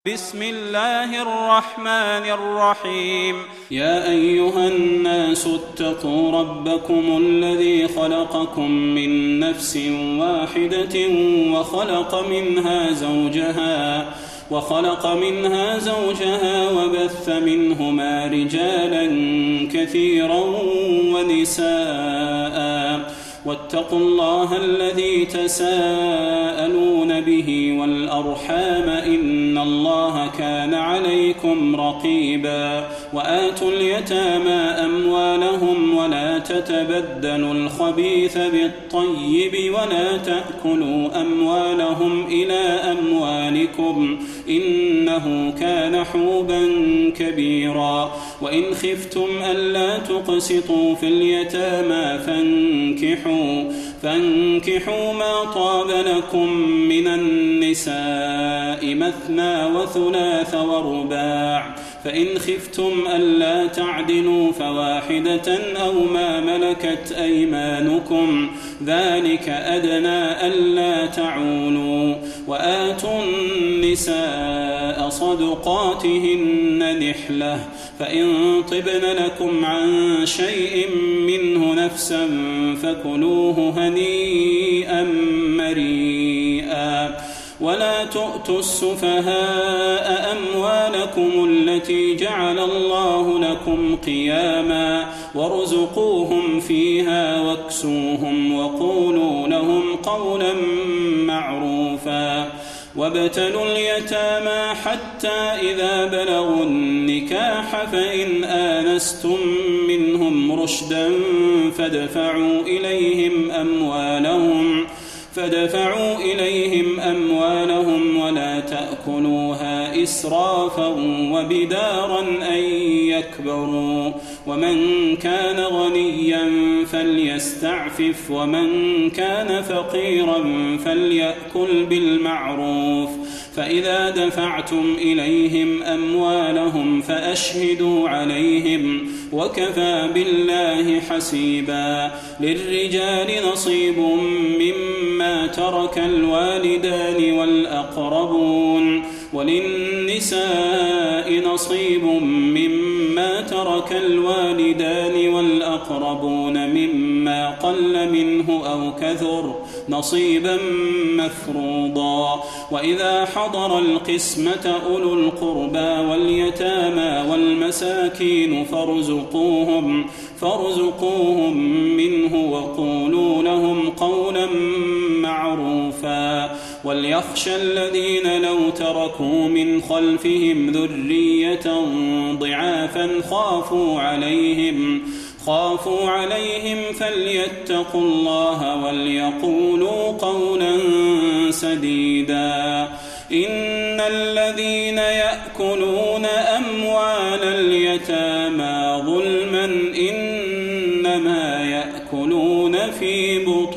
بسم الله الرحمن الرحيم. يا أيها الناس اتقوا ربكم الذي خلقكم من نفس واحدة وخلق منها زوجها وبث منهما رجالا كثيرا ونساء واتقوا الله الذي تساءلون به والأرحام إن الله كان عليكم رقيبا. وآتوا اليتامى أموالهم ولا تتبدلوا الخبيث بالطيب ولا تأكلوا أموالهم إلى أموالكم إنه كان حوبا كبيرا. وإن خفتم ألا تقسطوا في اليتامى فانكحوا ما طاب لكم من النساء مثنى وثلاث ورباع، فإن خفتم ألا تعدلوا فواحدة أو ما ملكت أيمانكم ذلك أدنى ألا تعولوا. وآتوا النساء صدقاتهن نحلة، فإن طبن لكم عن شيء منه نفسا فكلوه هنيئا مريئا. ولا تؤتوا السفهاء أموالكم التي جعل الله لكم قياما وارزقوهم فيها واكسوهم وقولوا لهم قولا معروفا. وابتلوا اليتامى حتى إذا بلغوا النكاح فإن آنستم منهم رشدا فادفعوا إليهم أموالهم ولا تأكلوها إسرافا وبدارا أن يكبروا. ومن كان غنيا فليستعفف ومن كان فقيرا فليأكل بالمعروف. فإذا دفعتم إليهم أموالهم فأشهدوا عليهم وكفى بالله حسيبا. للرجال نصيب مما ترك الوالدان والأقربون وللنساء نصيب مما ترك الوالدان والأقربون مما قل منه أو كثر نصيبا مفروضا. وإذا حضر القسمة أولو القربى واليتامى والمساكين فارزقوهم منه وقولوا لهم قولا معروفا. وليخشى الذين لو تركوا من خلفهم ذرية ضعافا خافوا عليهم فليتقوا الله وليقولوا قولا سديدا. إن الذين يأكلون أموال اليتامى ظلما إنما يأكلون في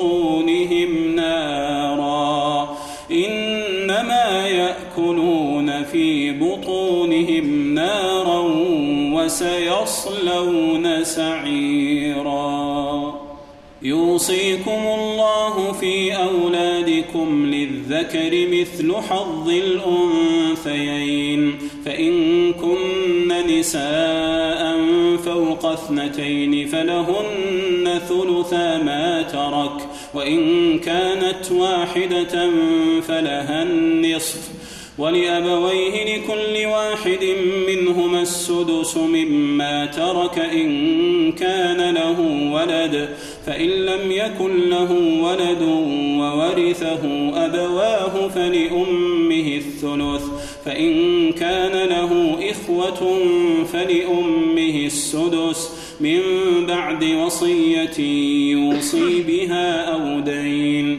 بطونهم نارا وسيصلون سعيرا. يوصيكم الله في أولادكم للذكر مثل حظ الأنثيين، فإن كن نساء فوق 2 فلهن ثلثا ما ترك، وإن كانت واحدة فلها النصف، ولأبويه لكل واحد منهما السدس مما ترك إن كان له ولد، فإن لم يكن له ولد وورثه أبواه فلأمه الثلث، فإن كان له إخوة فلأمه السدس من بعد وصية يوصي بها أو دين.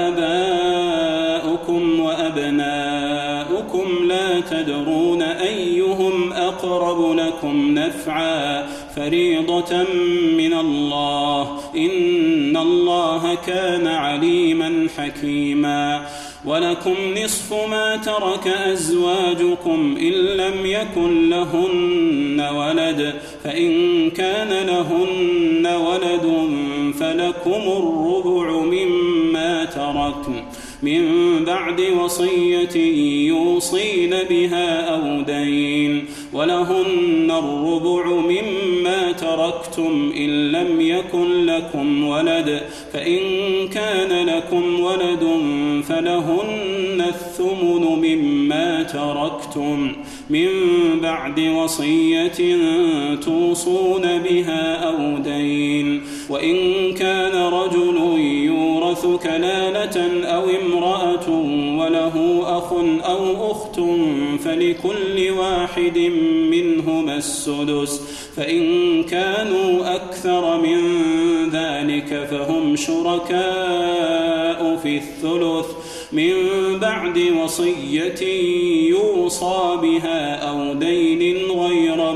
آباؤكم وأبناؤكم لا تدرون أيهم أقرب لكم نفعا فريضة من الله إن الله كان عليما حكيما. ولكم نصف ما ترك أزواجكم إن لم يكن لهن ولد، فإن كان لهن ولد فلكم الربع مما تركن، من بعد وصية يوصين بها أو دين ولهن الربع مما تركتم إن لم يكن لكم ولد فإن كان لكم ولد فلهن الثمن مما تركتم من بعد وصية توصون بها أو دين وإن كان رجل يورث كلالة أو امرأة وله أخ أو أخت فلكل واحد منهما السدس فإن كانوا أكثر من ذلك فهم شركاء في الثلث من بعد وصية يوصى بها أو دين غير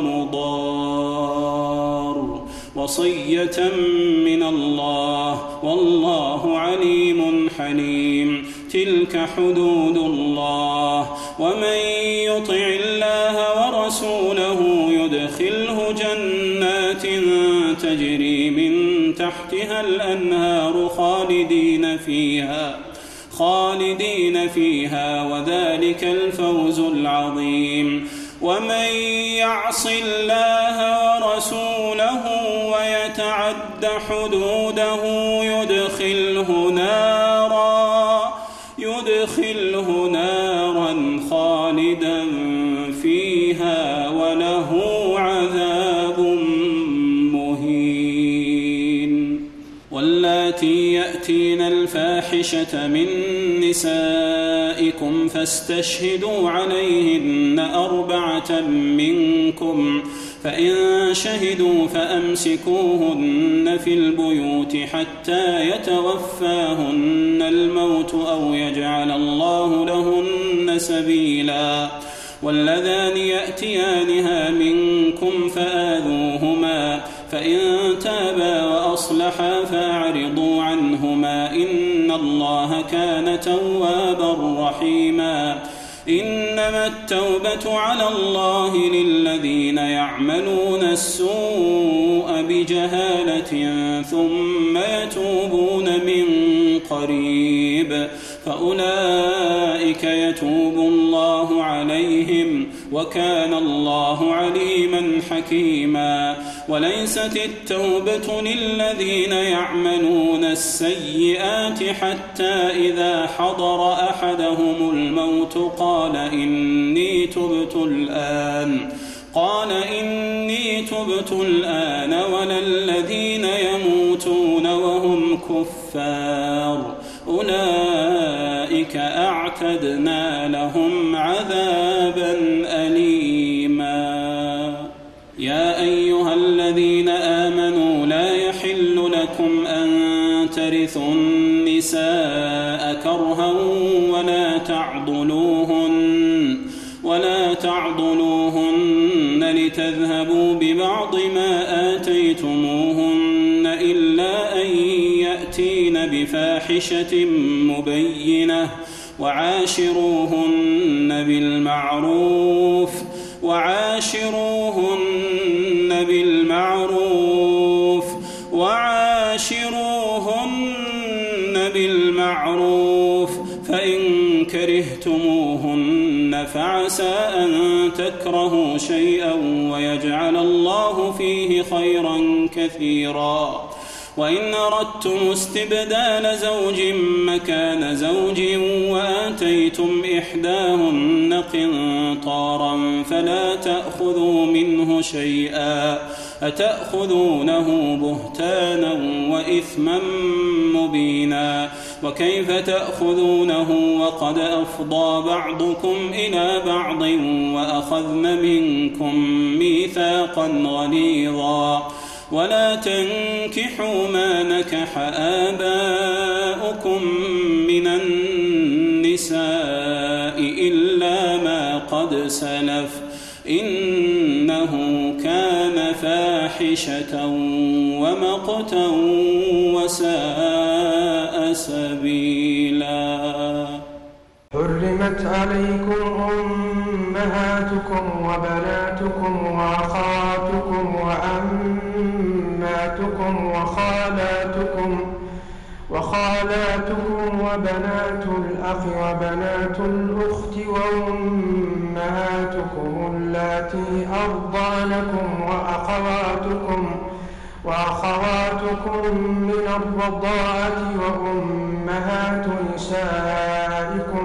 مضار وصية من الله والله عليم حليم تلك حدود الله ومن يطع الله ورسوله يدخله جنات تجري من تحتها الأنهار خالدين فيها وذلك الفوز العظيم ومن يعص الله ورسوله ويتعد حدوده يدخله نارا خالدا فيها وله عذاب مهين واللاتي يأتين الفاحشة من نسائكم فاستشهدوا عليهن 4 منكم فإن شهدوا فأمسكوهن في البيوت حتى يتوفاهن الموت أو يجعل الله لهن سبيلا واللذان يأتيانها منكم فآذوهما فإن تابا وأصلحا فأعرضوا عنهما إن الله كان توابا رحيما إنما التوبة على الله للذين يعملون السوء بجهالة ثم يتوبون من قريب فأولئك يتوب الله عليهم وكان الله عليما حكيما وليست التوبة للذين يعملون السيئات حتى إذا حضر أحدهم الموت قال إني تبت الآن ولا الذين يموتون وهم كفار أولئك أعتدنا لهم عذابا أليما يا أيها الذين آمنوا لا يحل لكم أن ترثوا النساء كرها ولا تعضلوهن لتذهبوا ببعض ما آتيتموهن إلا أن يأتين بفاحشة مبينة وعاشروهن بالمعروف فإن كرهتموهن فعسى أن تكرهوا شيئا ويجعل الله فيه خيرا كثيرا وإن أردتم استبدال زوج مكان زوج وآتيتم إحداهن قنطارا فلا تأخذوا منه شيئا أتأخذونه بهتانا وإثما مبينا وكيف تأخذونه وقد أفضى بعضكم إلى بعض وأخذن منكم ميثاقا غليظا ولا تنكحوا ما نكح آباؤكم من النساء إلا ما قد سلف إنه كان فاحشة ومقتا وساء سبيلا حرمت عليكم أمهاتكم وبناتكم وأخواتكم وعماتكم وخالاتكم وبنات الأخ وبنات الأخت وأمهاتكم اللاتي أرضعنكم وأخواتكم من الرضاعة وأمهات نسائكم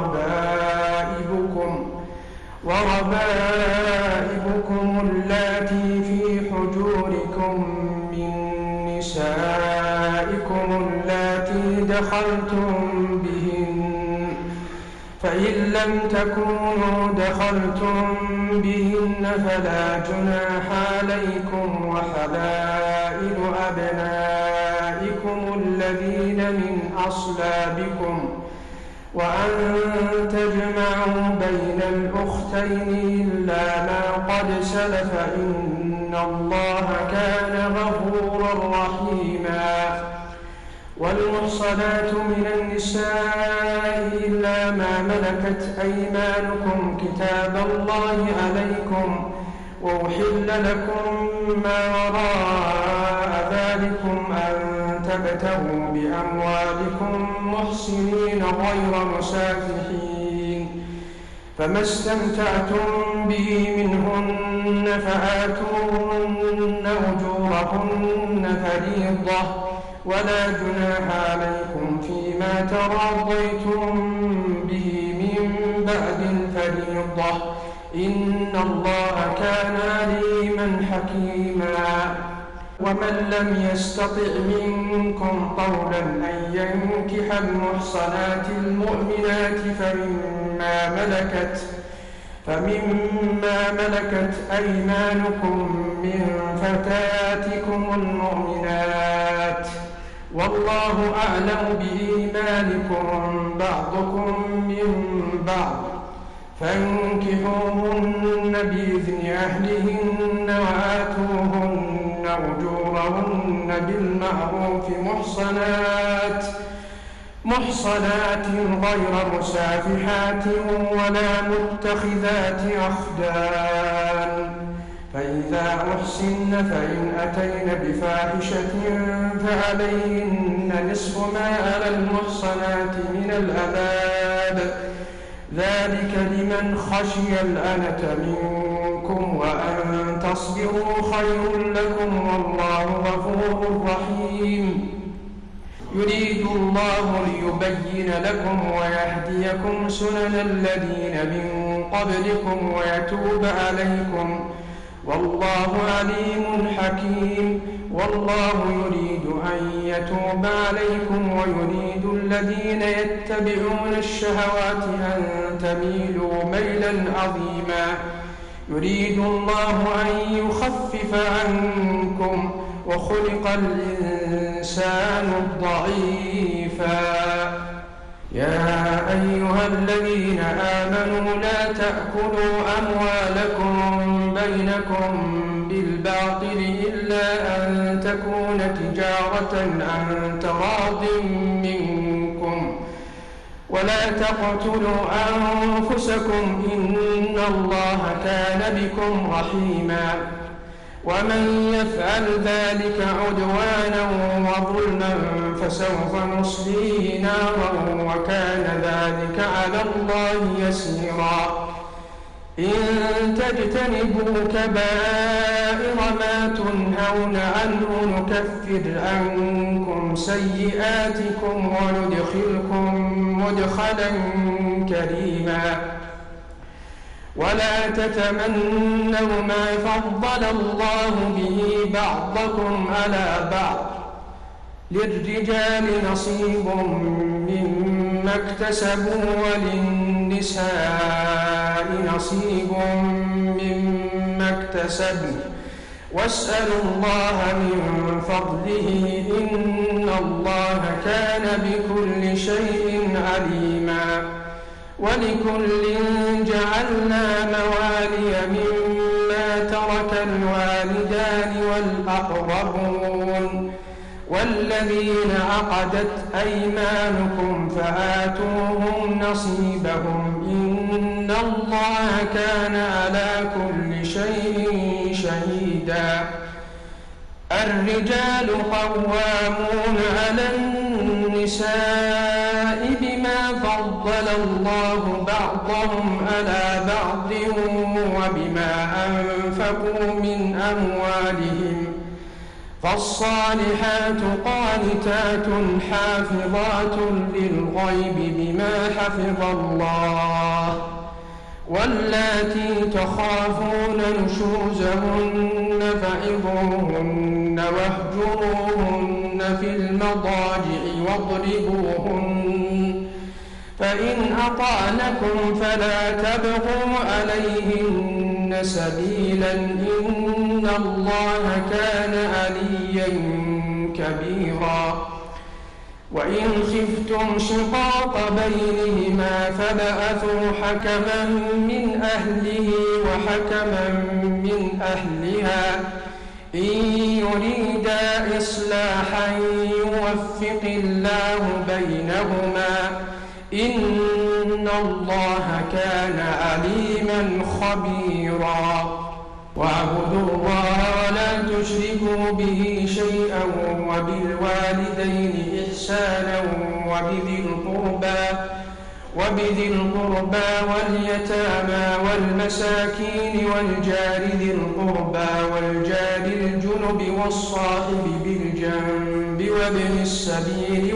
وربائبكم اللاتي في حجوركم من نسائكم اللاتي دخلتم بهن فإن لم تكونوا دخلتم بهن فلا جناح عليكم وحلائل أبنائكم الذين من أصلابكم وأن تجمعوا بين الأختين إلا ما قد سلف إن الله كان غفورا رحيما والمحصنات من النساء إلا ما ملكت أيمانكم كتاب الله عليكم وأحل لكم ما وراء ذلكم أن تبتغوا بأموالكم محسنين غير مسافحين فما استمتعتم به منهن فآتوهن أجورهن فريضة ولا جناح عليكم فيما تراضيتم به من بعد الفريضة إن الله كان عليما حكيما ومن لم يستطع منكم طولا أن ينكح المحصنات المؤمنات فمما ملكت أيمانكم من فتياتكم المؤمنات والله أعلم بإيمانكم بعضكم من بعض فانكحوهن بإذن أهلهن وآتوهن أجورهن بالمعروف محصنات غير مسافحات ولا متخذات أخدان فإذا أحسن فإن أتين بفاحشة فعليهن نصف ما على المحصنات من العذاب ذلك لمن خشي العنة منكم وأن تصبروا خير لكم والله غفور رحيم يريد الله ليبين لكم ويهديكم سنن الذين من قبلكم ويتوب عليكم والله عليم حكيم والله يريد أن يتوب عليكم ويريد الذين يتبعون الشهوات أن تميلوا ميلا عظيما يريد الله أن يخفف عنكم وخلق الإنسان ضعيفا يا أيها الذين آمنوا لا تأكلوا أموالكم بينكم بالباطل إلا أن تكون تجارة عن تراض منكم ولا تقتلوا أنفسكم إن الله كان بكم رحيما ومن يفعل ذلك عدوانا وظلما فسوف نصليه نارا وكان ذلك على الله يسيرا إن تجتنبوا كبائر ما تنهون عنه نكفر عنكم سيئاتكم وندخلكم مدخلا كريما ولا تتمنوا ما فضل الله به بعضكم على بعض للرجال نصيب مما اكتسبوا وللنساء نصيب مما اكتسبن واسألوا الله من فضله إن الله كان بكل شيء عليما ولكل جعلنا موالي مما ترك الوالدان والأقربون والذين عقدت أيمانكم فآتوهم نصيبهم إن الله كان على كل شيء شهيدا الرجال قوامون على النساء النساء بما فضل الله بعضهم على بعض وبما أنفقوا من أموالهم فالصالحات قانتات حافظات للغيب بما حفظ الله واللاتي تخافون نشوزهن فعظوهن واهجروهن في المضاجع واضربوهن فإن أطعنكم فلا تبغوا عليهن سبيلا إن الله كان عليا كبيرا وإن خفتم شقاق بينهما فبعثوا حكما من أهله وحكما من أهلها إن يريدا إصلاحا يوفق الله بينهما إن الله كان عليما خبيرا واعبدوا الله ولا تشركوا به شيئا وبالوالدين إحسانا وبذي القربى واليتامى والمساكين والجار ذي القربى والجار الجنب والصاحب بالجنب وابن السبيل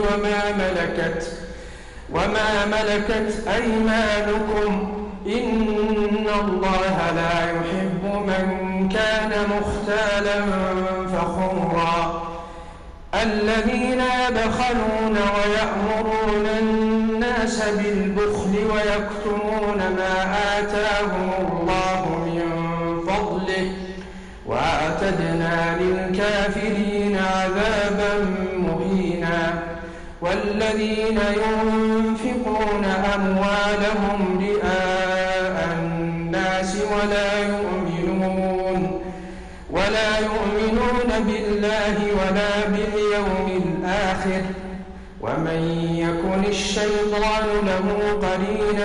وما ملكت أيمانكم إن الله لا يحب من كان مختالا فخورا الذين يبخلون ويأمرون الناس بالبخل ويكتمون ما آتاهم الله من فضله وأعتدنا للكافرين عذابا مهينا والذين ينفقون أموالهم رئاء الناس ولا يؤمنون بالله ولا باليوم الآخر ومن يكن الشيطان له قرينا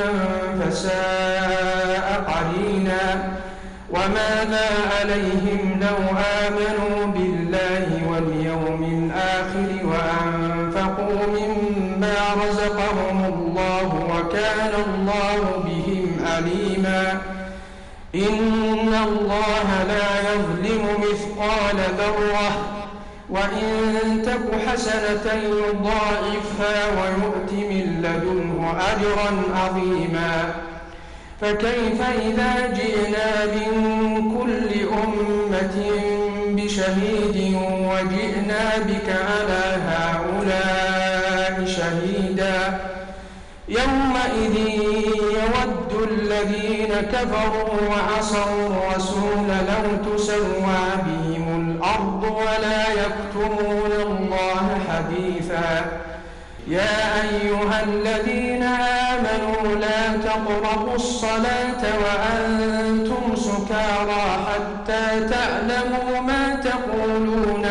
فساء قرينا وماذا عليهم لو آمنوا بالله واليوم الآخر وأنفقوا مما رزقهم الله وكان الله بهم عليما إن الله لا يظلم مثقال ذرة وإن تك حسنة يضاعفها ويؤت من لدنه أجرا عظيما فكيف إذا جئنا من كل أمة بشهيد وجئنا بك على هؤلاء شهيدا يومئذ يود الذين كفروا وعصوا الرسول لو تسوى بهم الأرض ولا يكتمون الله حديثا يا أيها الذين آمنوا لا تقربوا الصلاة وأنتم سكارى حتى تعلموا ما تقولون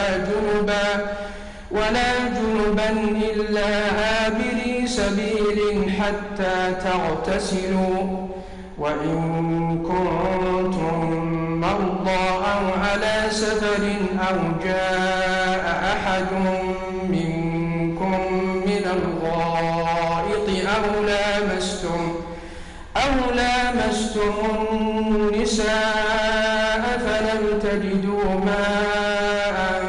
ولا جنبا إلا عابري سبيل حتى تغتسلوا وإن كنتم مرضى أو على سفر أو جاء أحد منكم من الغائط أو لامستم النساء فلم تجدوا ماء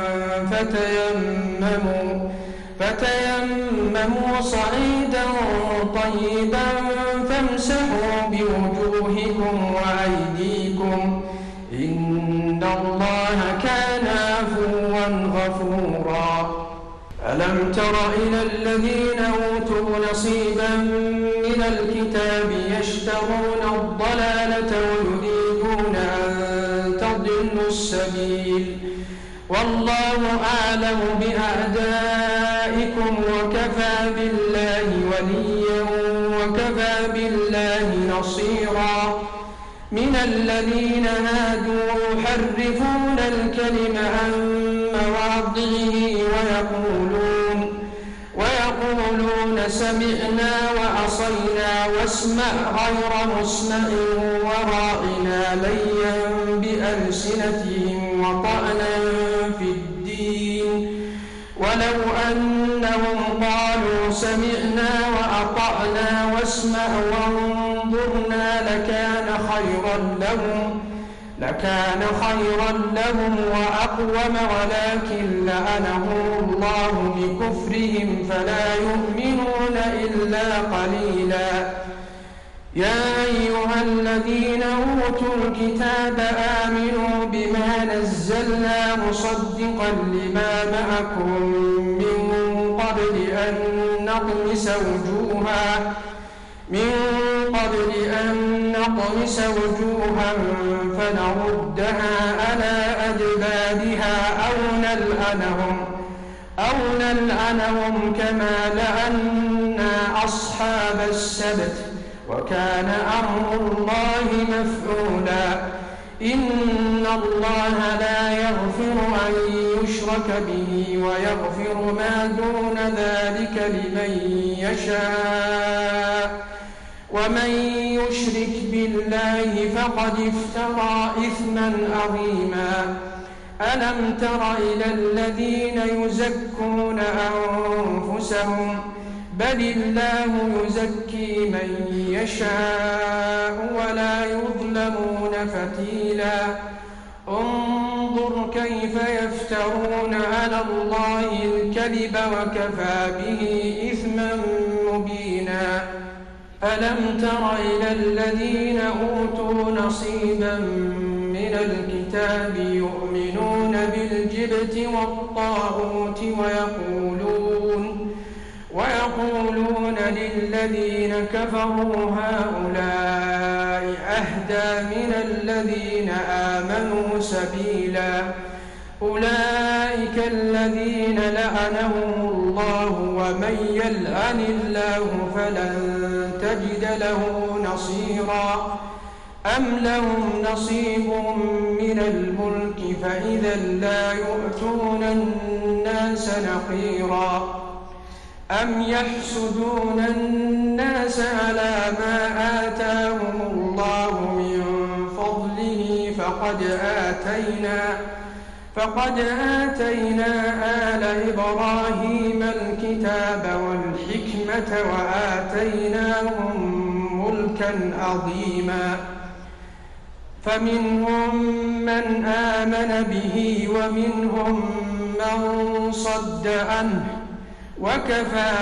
فتيمموا صعيدا طيبا فامسحوا بوجوهكم وأيديكم إن الله كان عفوا غفورا ألم تر إلى الذين أوتوا نصيبا من الكتاب يشترون الضلالة ويريدون أن تضلوا السبيل والله أعلم بأعدائكم وكفى بالله وليا وكفى بالله نصيرا من الذين هادوا يحرفون الكلم عن مواضعه ويقولون سمعنا وعصينا واسمع غير مسمع وراعنا ليا بألسنتهم وطعنا في الدين ولو ولو أنهم قالوا سمعنا وأطعنا واسمع وانظرنا لكان خيرا لهم وأقوم ولكن لعنهم الله بكفرهم فلا يؤمنون إلا قليلا. يا أيها الذين أوتوا الكتاب آمنوا بما نزلنا مصدقا لما معكم من قبل أن نطمس وجوها فنردها على أدبارها أو نلعنهم كما لعنا أصحاب السبت وكان أمر الله مفعولا. إن الله لا يغفر أن يشرك به ويغفر ما دون ذلك لمن يشاء ومن يشرك بالله فقد افترى إثما عظيما. ألم تر إلى الذين يزكون أنفسهم بل الله يزكي من يشاء ولا يظلمون فتيلا. انظر كيف يفترون على الله الكذب وكفى به إثما مبينا. ألم تر إلى الذين أوتوا نصيبا من الكتاب يؤمنون بالجبت والطاغوت ويقولون للذين كفروا هؤلاء أهدى من الذين آمنوا سبيلا. أولئك الذين لعنهم الله ومن يلعن الله فلن تجد له نصيرا. أم لهم نصيب من الملك فإذا لا يؤتون الناس نقيرا. أم يحسدون الناس على ما آتاهم الله من فضله فقد آتينا آل إبراهيم الكتاب والحكمة وآتيناهم ملكا عظيما. فمنهم من آمن به ومنهم من صد عنه وكفى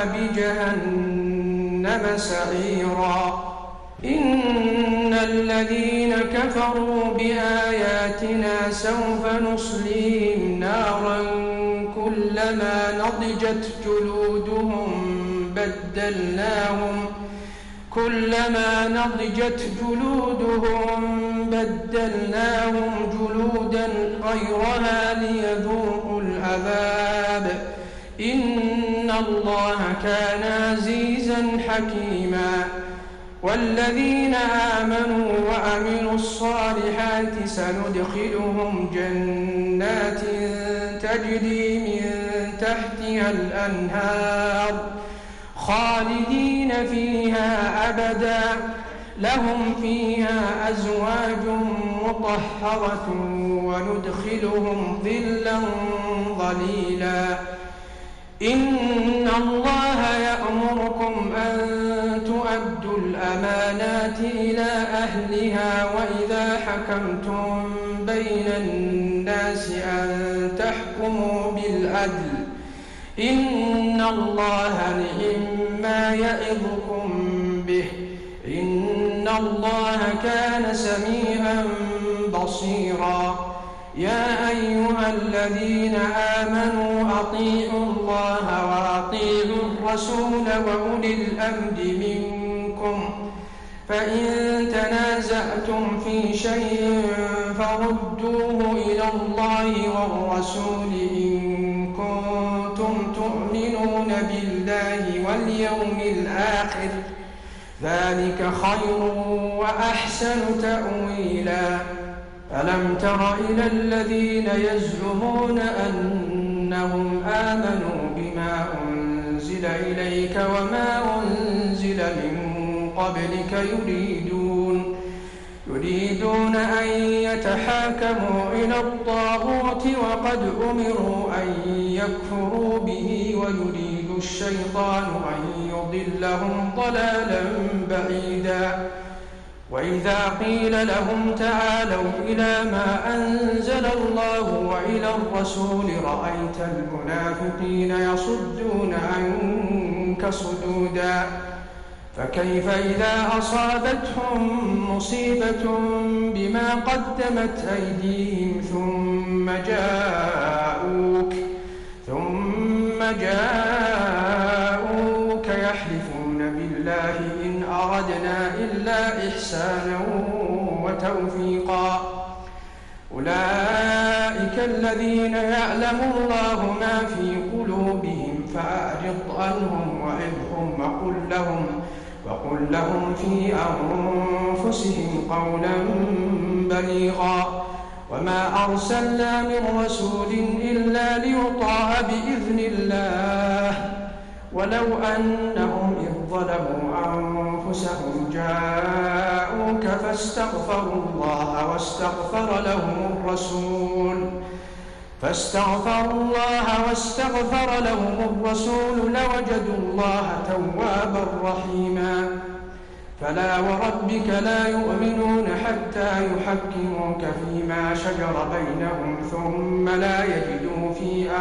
بجهنم سعيرا. إن الذين كفروا بآياتنا سوف نصليهم نارا كلما نضجت جلودهم بدلناهم جلودا غيرها ليذوقوا العذاب. إن الله كان عزيزا حكيما. والذين آمنوا وعملوا الصالحات سندخلهم جنات تجري من تحتها الأنهار خالدين فيها أبدا لهم فيها أزواج مطهرة وندخلهم ظلا ظليلا. إن الله يأمركم أن تؤدوا الأمانات إلى أهلها وإذا حكمتم بين الناس أن تحكموا بالعدل. إن الله نعم يعظكم به. إن الله كان سميعا بصيرا. يا أيها الذين آمنوا أطيعوا الله وأطيعوا الرسول وأولي الأمر منكم. فإن تنازعتم في شيء فردوه إلى الله والرسول إن كنتم تؤمنون بالله واليوم الآخر ذلك خير وأحسن تأويلا. ألم تر إلى الذين يزعمون أنهم آمنوا بما أنزل إليك وما أنزل من قبلك يريدون أن يتحاكموا إلى الطاغوت وقد أمروا أن يكفروا به ويريد الشيطان أن يضلهم ضلالا بعيدا. وإذا قيل لهم تعالوا إلى ما أنزل الله وإلى الرسول رأيت المنافقين يصدون عنك صدودا. فكيف إذا أصابتهم مصيبة بما قدمت أيديهم ثم جاءوك يحلفون بالله إن أردنا إلا إحسانا وتوفيقا. أولئك الذين يعلم الله ما في قلوبهم فأعرض عنهم وعظهم وقل لهم في أنفسهم قولا بليغا. وما أرسلنا من رسول إلا ليطاع بإذن الله ولو أنهم إذ ظلموا أنفسهم جاءوك فاستغفروا الله واستغفر لهم الرسول لوجدوا الله توابا رحيما. فلا وربك لا يؤمنون حتى يحكموك فيما شجر بينهم ثم لا يجدوا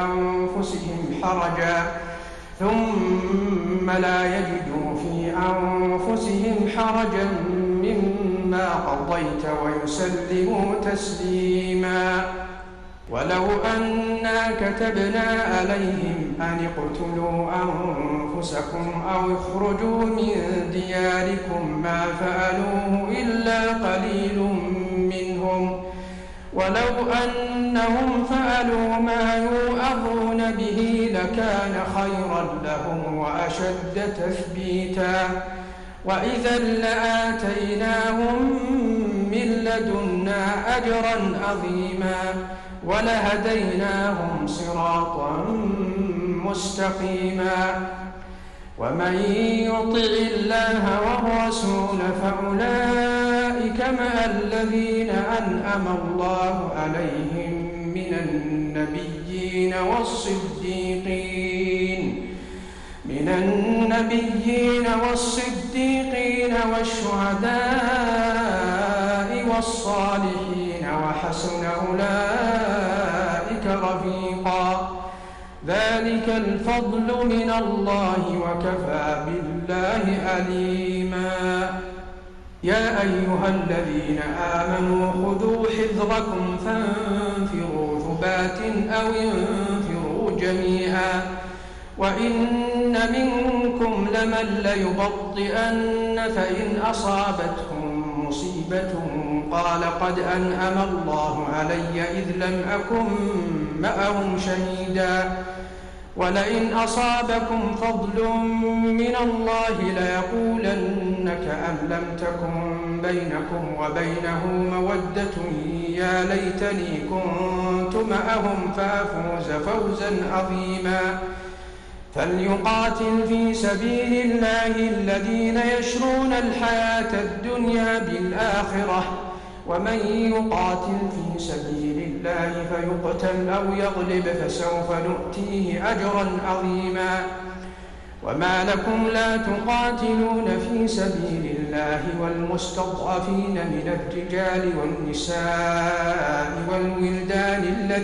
في أنفسهم حرجا مما قضيت ويسلموا تسليما. ولو أنا كتبنا عليهم أن اقتلوا أنفسكم أو اخرجوا من دياركم ما فعلوه إلا قليل منهم ولو أنهم فعلوا ما يوعظون به لكان خيرا لهم وأشد تثبيتا. وإذا لآتيناهم من لدنا أجرا عظيما ولهديناهم صراطا مستقيما. ومن يطع الله والرسول فأولئك مع الذين أنعم الله عليهم من النبيين والصديقين والشهداء والصالحين وحسن أولئك رفيقا. ذلك الفضل من الله وكفى بالله عليما. يا أيها الذين آمنوا خذوا حذركم فانفروا ثبات أو انفروا جميعا. وإن منكم لمن ليبطئن فإن أصابتهم مصيبة قال قد أنعم الله علي إذ لم أكن معهم شهيدا. ولئن أصابكم فضل من الله ليقولن كأن لم تكن بينكم وبينه مودة يا ليتني كنت معهم فأفوز فوزا عظيما. فليقاتل في سبيل الله الذين يشرون الحياة الدنيا بالآخرة ومن يقاتل في سبيل الله فيقتل أو يغلب فسوف نؤتيه أجرا عظيما. وما لكم لا تقاتلون في سبيل الله والمستضعفين من الرجال والنساء والولدان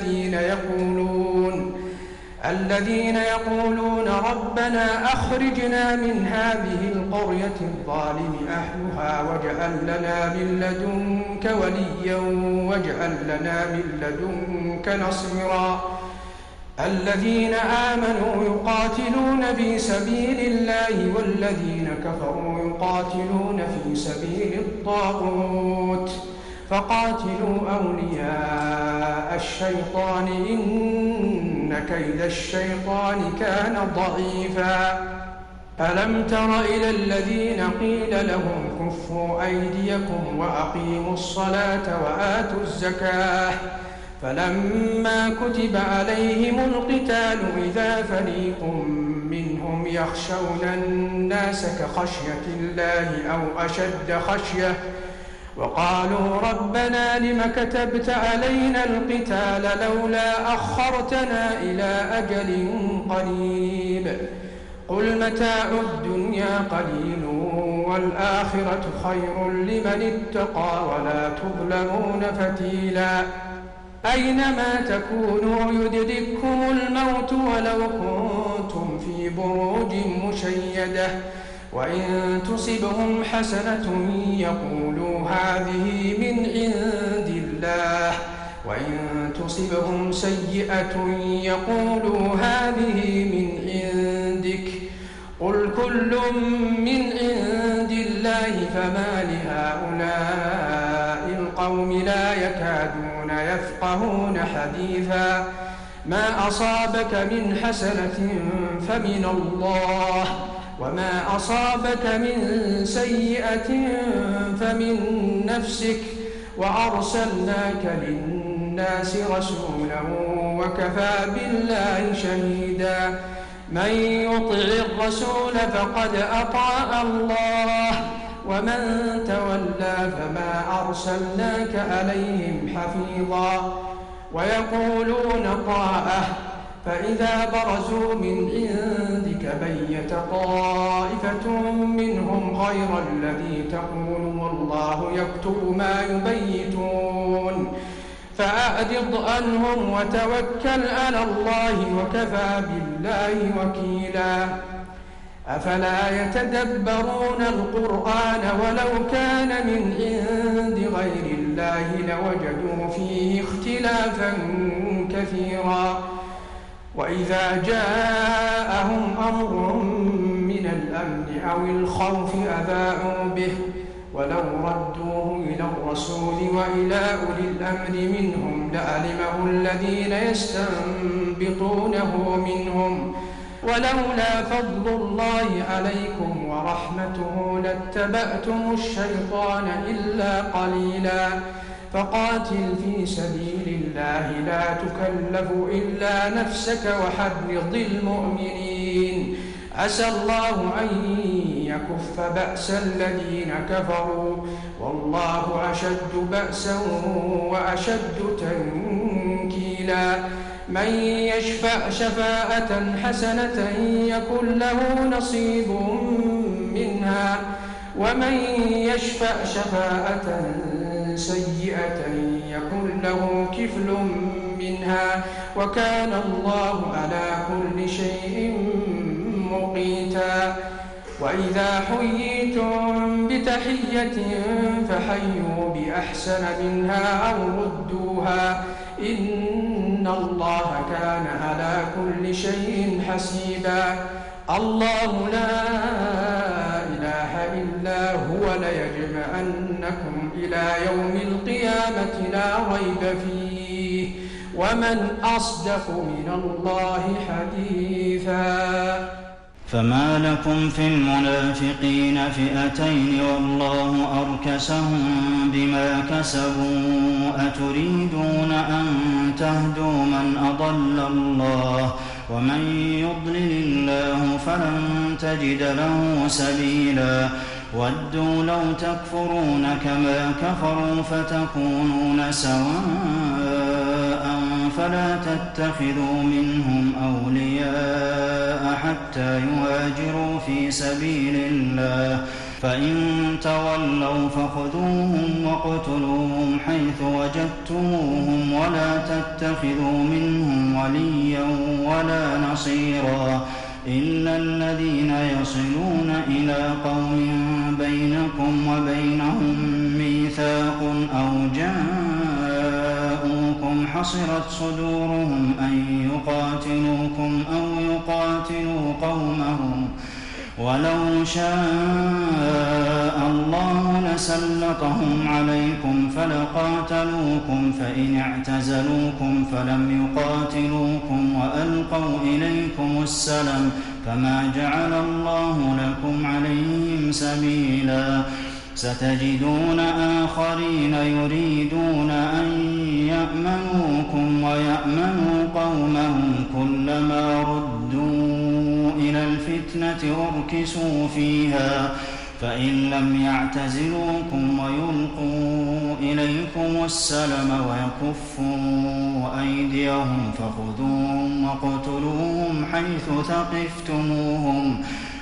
الذين يقولون ربنا أخرجنا من هذه القرية الظالم أهلها واجعل لنا من لدنك وليا واجعل لنا من لدنك نصيرا. الذين آمنوا يقاتلون في سبيل الله والذين كفروا يقاتلون في سبيل الطاغوت فقاتلوا أولياء الشيطان إن كيد الشيطان كان ضعيفا. ألم تر إلى الذين قيل لهم كفوا أيديكم وأقيموا الصلاة وآتوا الزكاة فلما كتب عليهم القتال إذا فريق منهم يخشون الناس كخشية الله أو أشد خشية وقالوا ربنا لم كتبت علينا القتال لولا أخرتنا إلى أجل قريب قل متاع الدنيا قليل والآخرة خير لمن اتقى ولا تظلمون فتيلا أينما تكونوا يدرككم الموت ولو كنتم في بروج مشيدة وإن تصبهم حسنة يقولوا هذه من عند الله وإن تصبهم سيئة يقولوا هذه من عندك قل كل من عند الله فما لهؤلاء القوم لا يكادون يفقهون حديثا ما أصابك من حسنة فمن الله وما أصابك من سيئة فمن نفسك وأرسلناك للناس رسولا وكفى بالله شهيدا من يطع الرسول فقد أطاع الله ومن تولى فما أرسلناك عليهم حفيظا ويقولون طاعة فإذا برزوا من عندك بيت طائفة منهم غير الذي تقول والله يكتب ما يبيتون فأعرض عنهم وتوكل على الله وكفى بالله وكيلا أفلا يتدبرون القرآن ولو كان من عند غير الله لوجدوا فيه اختلافا كثيرا وإذا جاءهم أمر من الأمن أو الخوف أذاعوا به ولو ردوه إلى الرسول وإلى أولي الأمر منهم لعلمه الذين يستنبطونه منهم ولولا فضل الله عليكم ورحمته لاتبعتم الشيطان إلا قليلا فقاتل في سبيل الله لا تكلف إلا نفسك وحرض المؤمنين عسى الله أن يكف بأس الذين كفروا والله أشد بأسا وأشد تنكيلا من يشفع شفاعة حسنة يكن له نصيب منها ومن يشفع شفاعة سيئة يكن له كفل منها وكان الله على كل شيء مقيتا وإذا حييتم بتحية فحيوا بأحسن منها أو ردوها إن الله كان على كل شيء حسيبا الله لا إله إلا هو ليجمعنكم إلى يوم القيامة لا ريب فيه ومن أصدق من الله حديثا فما لكم في المنافقين فئتين والله أركسهم بما كسبوا أتريدون أن تهدوا من أضل الله ومن يضلل الله فلن تجد له سبيلا ودوا لو تكفرون كما كفروا فتكونون سواء فلا تتخذوا منهم أولياء حتى يهاجروا في سبيل الله فإن تولوا فخذوهم واقتلوهم حيث وجدتموهم ولا تتخذوا منهم وليا ولا نصيرا إلا الذين يصلون إلى قوم بينكم وبينهم ميثاق أو جاءوكم حصرت صدورهم أن يقاتلوكم أو يقاتلوا قومهم ولو شاء الله لسلطهم عليكم فلقاتلوكم فإن اعتزلوكم فلم يقاتلوكم وألقوا إليكم السلم فما جعل الله لكم عليهم سبيلا ستجدون آخرين يريدون أن يأمنوكم ويأمنوا قومهم كلما ردوا إلى الفتنة أركسوا فيها فإن لم يعتزلوكم ويلقوا إليكم السلم ويكفوا أيديهم فخذوهم واقتلوهم حيث ثقفتموهم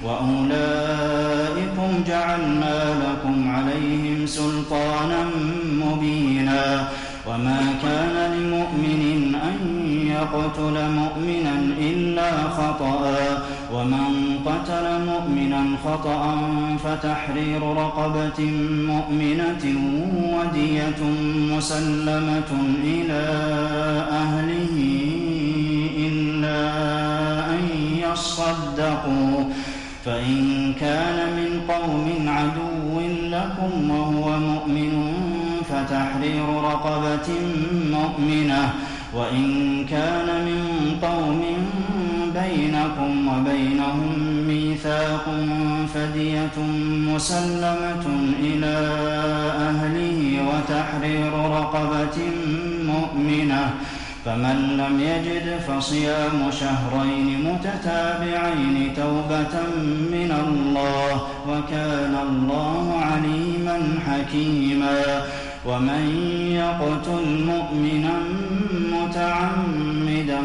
وأولئكم جعلنا لكم عليهم سلطانا مبينا وما كان لمؤمن أن يقتل مؤمنا إلا خطأ ومن قتل مؤمنا خطأ فتحرير رقبة مؤمنة ودية مسلمة إلى أهله إلا أن يصدقوا فإن كان من قوم عدو لكم وهو مؤمن فتحرير رقبة مؤمنة وإن كان من قوم بينكم وبينهم ميثاق فدية مسلمة إلى أهله وتحرير رقبة مؤمنة فمن لم يجد فصيام شهرين متتابعين توبة من الله وكان الله عليما حكيما ومن يقتل مؤمنا متعمدا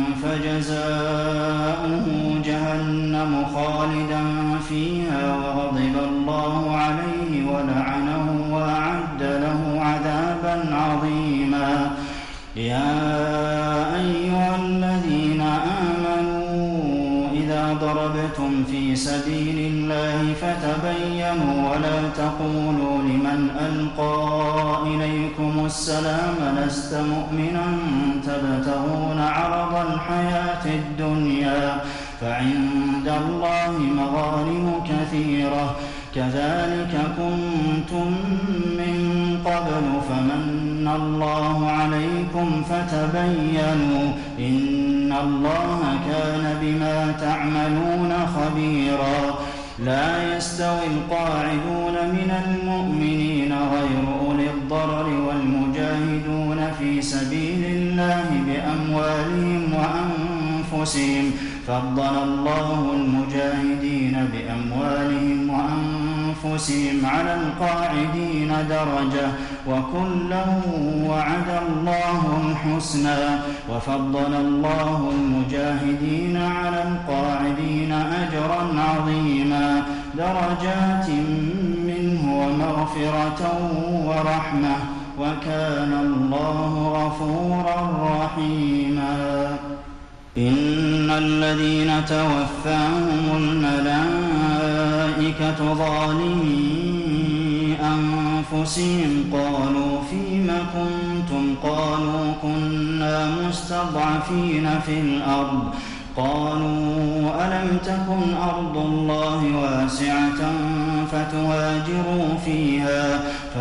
فجزاؤه جهنم خالدا فيها وغضب الله عليه ولعنه وأعد له عذابا عظيما يا أيها الذين آمنوا إذا ضربتم في سبيل الله فتبينوا ولا تقولوا لمن ألقى إليكم السلام لست مؤمنا تبتغون عرض الحياة الدنيا فعند الله مغانم كثيرة كذلك كنتم من قبل فمن الله عليكم فتبينوا إن الله كان بما تعملون خبيرا لا يستوي القاعدون من المؤمنين غير أولي الضرر والمجاهدون في سبيل الله بأموالهم وأنفسهم فضل الله المجاهدين بأموالهم وأنفسهم على القاعدين درجة وكلا وعد الله الحسنى وفضل الله المجاهدين على القاعدين أجرا عظيما درجات منه ومغفرة ورحمة وكان الله غفورا رحيما إن الذين توفاهم الملائكة ظالمي أنفسهم قالوا فيم كنتم قالوا كنا مستضعفين في الأرض قالوا ألم تكن أرض الله واسعة فتهاجروا فيها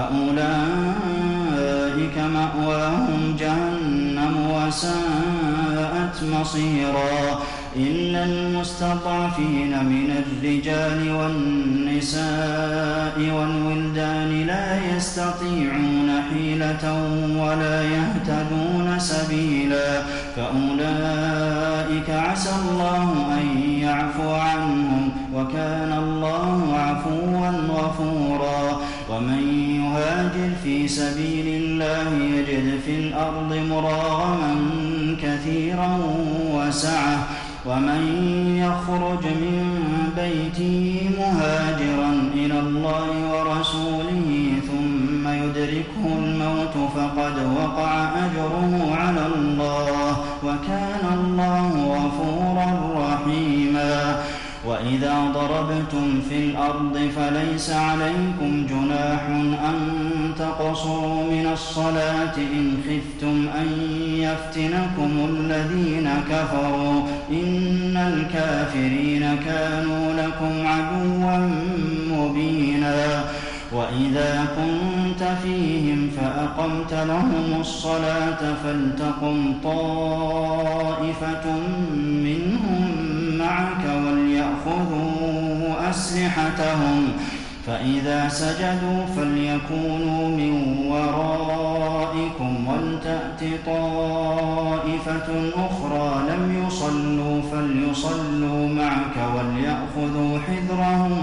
فأولئك مأواهم جهنم وساءت مصيرا إلا المستضعفين من الرجال والنساء والولدان لا يستطيعون حيلة ولا يهتدون سبيلا فأولئك عسى الله أن يعفو عنهم وكان الله عفوا غفورا ومن يهاجر في سبيل الله يجد في الأرض مراغما كثيرا وسعة ومن يخرج من بيته مهاجرا إلى الله ورسوله ثم يدركه الموت فقد وقع أجره على الله وكان الله غفورا رحيما وإذا ضربتم في الأرض فليس عليكم جناح أن تقصروا من الصلاة إن خفتم أن يفتنكم الذين كفروا إن الكافرين كانوا لكم عدوا مبينا وإذا كنت فيهم فأقمت لهم الصلاة فلتقم طائفة منهم معك وليأخذوا أسلحتهم فإذا سجدوا فليكونوا من ورائكم ولتأت طائفة أخرى لم يصلوا فليصلوا معك وليأخذوا حذرهم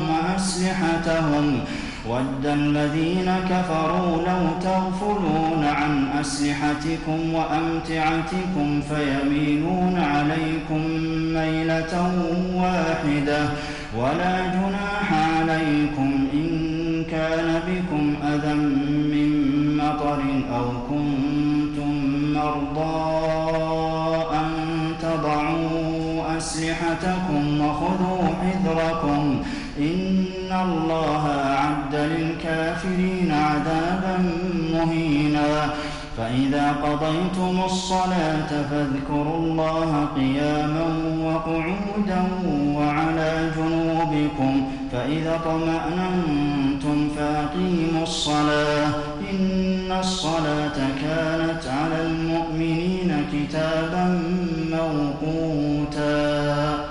أسلحتهم وَدَّ الَّذِينَ كَفَرُوا لَوْ تَغْفُلُونَ عَنْ أَسْلِحَتِكُمْ وَأَمْتِعَتِكُمْ فَيَمِيلُونَ عَلَيْكُمْ مَيْلَةً وَاحِدَةً وَلَا جُنَاحَ عَلَيْكُمْ إِن كَانَ بِكُمْ أَذًى مِّن مَّطَرٍ أَوْ كُنتُم مَّرْضَىٰ أَن تَضَعُوا أَسْلِحَتَكُمْ وَخُذُوا حِذْرَكُمْ إِنَّ اللَّهَ أَعَدَّ لِلْكَافِرِينَ عَذَابًا مُّهِينًا فَإِذَا قَضَيْتُمُ الصَّلَاةَ فَاذْكُرُوا اللَّهَ قِيَامًا وَقُعُودًا وَعَلَىٰ جُنُوبِكُمْ فَإِذَا اطْمَأْنَنتُمْ فَأَقِيمُوا الصَّلَاةَ إِنَّ الصَّلَاةَ كَانَتْ عَلَى الْمُؤْمِنِينَ كِتَابًا مَّوْقُوتًا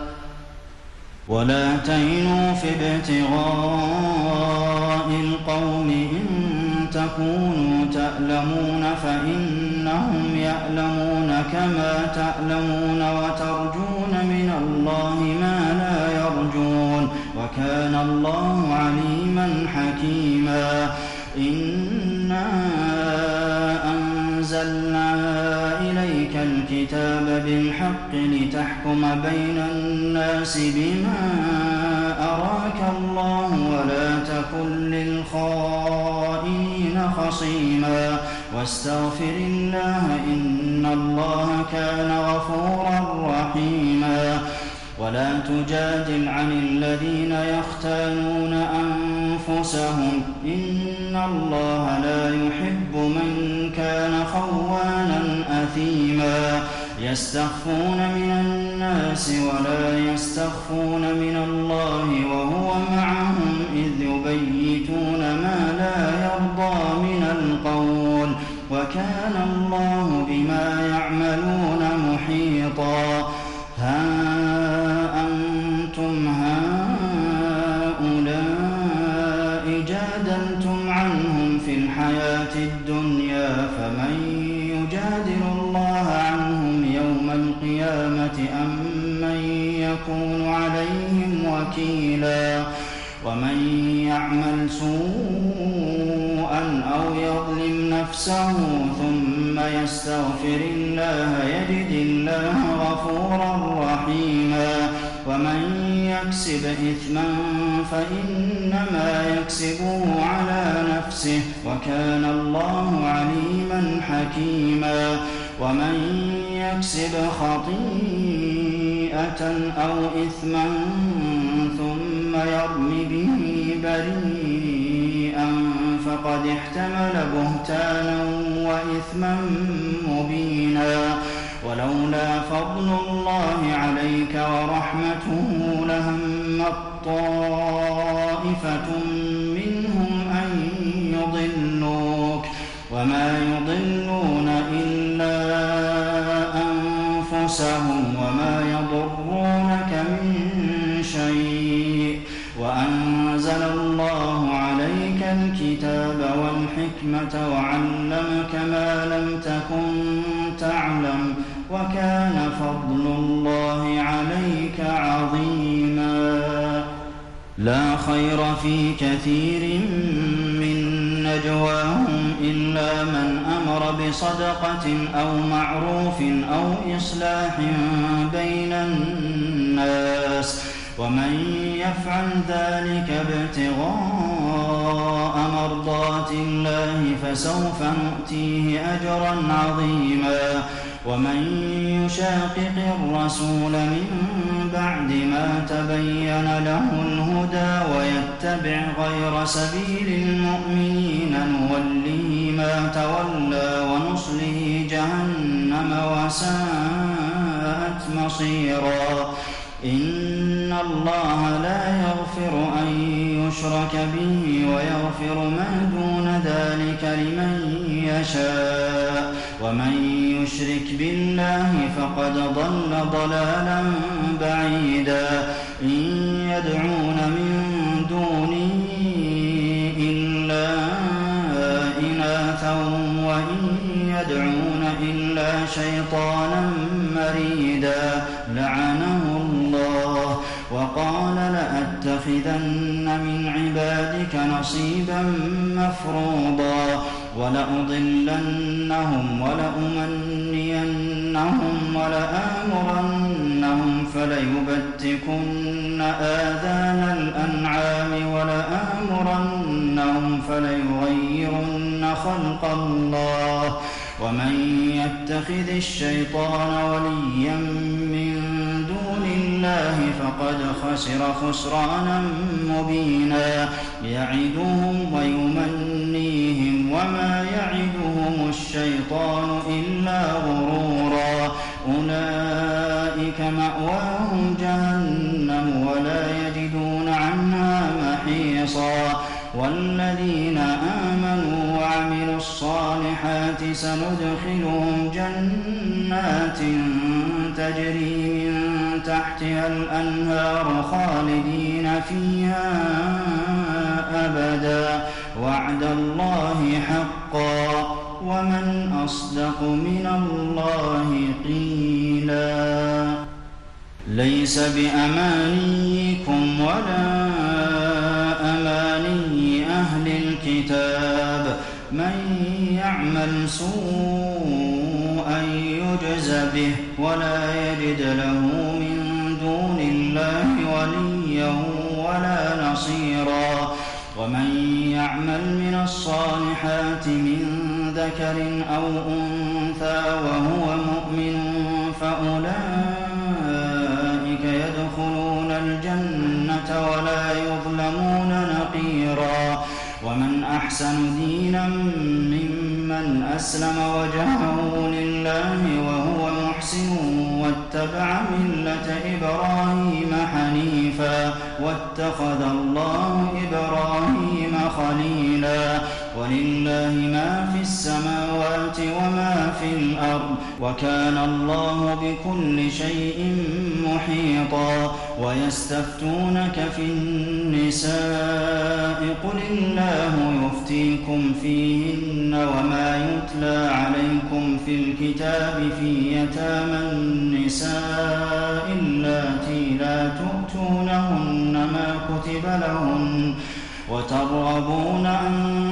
وَلَا تَهِنُوا فِي ابْتِغَاءِ الْقَوْمِ إِن تَكُونُوا تَأْلَمُونَ فَإِنَّهُمْ يَأْلَمُونَ كَمَا تَأْلَمُونَ وَتَرْجُونَ مِنَ اللَّهِ مَا لَا يَرْجُونَ وَكَانَ اللَّهُ عَلِيمًا حَكِيمًا إِنَّا أَنزَلْنَا إِلَيْكَ الْكِتَابَ بِالْحَقِّ لِتَحْكُمَ بَيْنَ النَّاسِ بِمَا أَرَاكَ اللَّهُ وَلَا تَكُن لِّلْخَائِنِينَ خَصِيمًا وَاسْتَغْفِرِ اللَّهَ إِنَّ اللَّهَ كَانَ غَفُورًا رَّحِيمًا وَلَا تُجَادِلْ عَنِ الَّذِينَ يَخْتَانُونَ أَنفُسَهُمْ إِنَّ اللَّهَ لَا يُحِبُّ مَن كَانَ خَوَّانًا أَثِيمًا يَسْتَخْفُونَ مِنَ النَّاسِ وَلَا يَسْتَخْفُونَ مِنَ اللَّهِ وَهُوَ مَعَهُمْ إِذْ يُبَيِّتُونَ مَا لَا يَرْضَىٰ مِنَ الْقَوْلِ وَكَانَ اللَّهُ بِمَا يَعْمَلُونَ مُحِيطًا هَا أَنتُمْ هَٰؤُلَاءِ جَادَلْتُمْ عَنْهُمْ فِي الْحَيَاةِ الدُّنْيَا فَمَن يُجَادِلُ اللَّهَ عَنْهُمْ يَوْمَ الْقِيَامَةِ أَم مَّن يَكُونُ عَلَيْهِمْ وَكِيلًا وَمَن يَعْمَلْ سُوءًا أَوْ يَظْلِمْ نَفْسَهُ ثُمَّ يَسْتَغْفِرِ اللَّهَ يَجِدِ اللَّهَ غَفُورًا رَّحِيمًا وَمَن يَكْسِبْ إِثْمًا فَإِنَّمَا يَكْسِبُهُ عَلَىٰ نَفْسِهِ وَكَانَ اللَّهُ عَلِيمًا حَكِيمًا وَمَن يَكْسِبْ خَطِيئَةً أَوْ إِثْمًا ثُمَّ يَرْمِ بِهِ بَرِيئًا فَقَدِ احْتَمَلَ بُهْتَانًا وَإِثْمًا مُّبِينًا وَلَوْلَا فَضْلُ اللَّهِ عَلَيْكَ وَرَحْمَتُهُ لَهَمَّت طَّائِفَةٌ مِّنْهُمْ أَن يُضِلُّوكَ وَمَا يُضِلُّونَ إِلَّا أَنفُسَهُمْ وَمَا يَضُرُّونَكَ مِن شَيْءٍ وَأَنزَلَ اللَّهُ عَلَيْكَ الْكِتَابَ وَالْحِكْمَةَ وَعَلَّمَكَ مَا لَمْ تَكُن تَعْلَمُ وَكَانَ فَضْلُ اللَّهِ عَلَيْكَ عَظِيمًا لَا خَيْرَ فِي كَثِيرٍ مِّن نَّجْوَاهُمْ إِلَّا مَنْ أَمَرَ بِصَدَقَةٍ أَوْ مَعْرُوفٍ أَوْ إِصْلَاحٍ بَيْنَ النَّاسِ وَمَن يَفْعَلْ ذَٰلِكَ ابْتِغَاءَ مَرْضَاتِ اللَّهِ فَسَوْفَ نُؤْتِيهِ أَجْرًا عَظِيمًا وَمَن يُشَاقِقِ الرَّسُولَ مِن بَعْدِ مَا تَبَيَّنَ لَهُ الْهُدَىٰ وَيَتَّبِعْ غَيْرَ سَبِيلِ الْمُؤْمِنِينَ نُوَلِّهِ مَا تَوَلَّىٰ وَنُصْلِهِ جَهَنَّمَ وَسَاءَتْ مَصِيرًا إِنَّ اللَّهَ لَا يَغْفِرُ أَن يُشْرَكَ بِهِ وَيَغْفِرُ مَا دُونَ ذَٰلِكَ لِمَن يَشَاءُ وَمَن يُشْرِكْ بِاللَّهِ فَقَدْ ضَلَّ ضَلَالًا بَعِيدًا إِن يَدْعُونَ مِن دُونِهِ إِلَّا إِنَاثًا وَإِن يَدْعُونَ إِلَّا شَيْطَانًا مَّرِيدًا لَّعَنَهُ اللَّهُ وَقَالَ لَأَتَّخِذَنَّ مِنْ عبادك نصيبا مفروضا ولأضلنهم ولأمنينهم ولآمرنهم فليبتكن آذان الأنعام ولآمرنهم فليغيرن خلق الله ومن يتخذ الشيطان وليا من دون الله فقد خسر خسرانا مبينا يعدهم ويمنيهم وما يعدهم الشيطان إلا غرورا أولئك مأواهم جهنم ولا يجدون عنها محيصا والذين آمنوا وعملوا الصالحات سندخلهم جنات تجري من تحتها الأنهار خالدين فيها أبدا وعد الله حقا ومن أصدق من الله قيلا ليس بأمانيكم ولا أماني أهل الكتاب من يعمل سوءا يجز به ولا يجد له من دون الله وليا ولا نصيرا ومن يعمل من الصالحات من ذكر أو أنثى وهو مؤمن فأولئك يدخلون الجنة ولا يظلمون نقيرا ومن أحسن دينا ممن أسلم وجهه لله وهو محسن واتبع ملة إبراهيم حنيفا واتخذ الله إبراهيم خليلا ولله ما في السماوات وما في الأرض وكان الله بكل شيء محيطا ويستفتونك في النساء قل الله يفتيكم فيهن وما يتلى عليكم في الكتاب في يتامى النساء اللاتي لا تؤتونهن ما كتب لهن وترغبون أن